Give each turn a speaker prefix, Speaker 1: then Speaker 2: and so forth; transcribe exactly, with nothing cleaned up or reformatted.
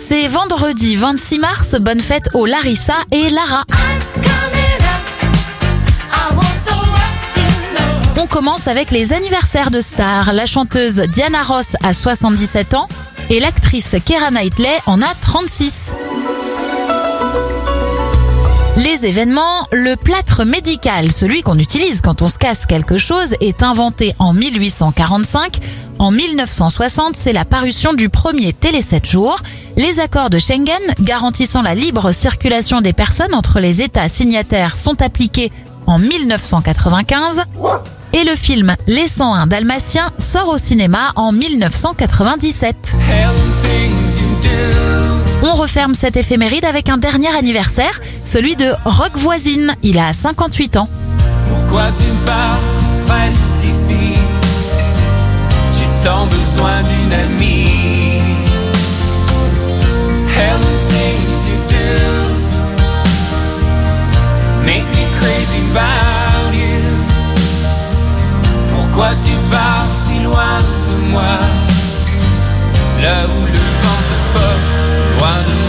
Speaker 1: c'est vendredi vingt-six mars, bonne fête aux Larissa et Lara. On commence avec les anniversaires de stars. La chanteuse Diana Ross a soixante-dix-sept ans et l'actrice Keira Knightley en a trente-six. Les événements, le plâtre médical, celui qu'on utilise quand on se casse quelque chose, est inventé en mille huit cent quarante-cinq. En mille neuf cent soixante, c'est la parution du premier Télé sept jours. Les accords de Schengen, garantissant la libre circulation des personnes entre les États signataires, sont appliqués en mille neuf cent quatre-vingt-quinze. Et le film Les cent un Dalmatiens sort au cinéma en mille neuf cent quatre-vingt-dix-sept. On referme cette éphéméride avec un dernier anniversaire, celui de Roch Voisine. Il a cinquante-huit ans.
Speaker 2: Pourquoi tu pars, reste ici. J'ai tant besoin d'une amie. Hell and things you do make me crazy about you. Pourquoi tu pars si loin de moi, là où le vent te porte, loin de moi.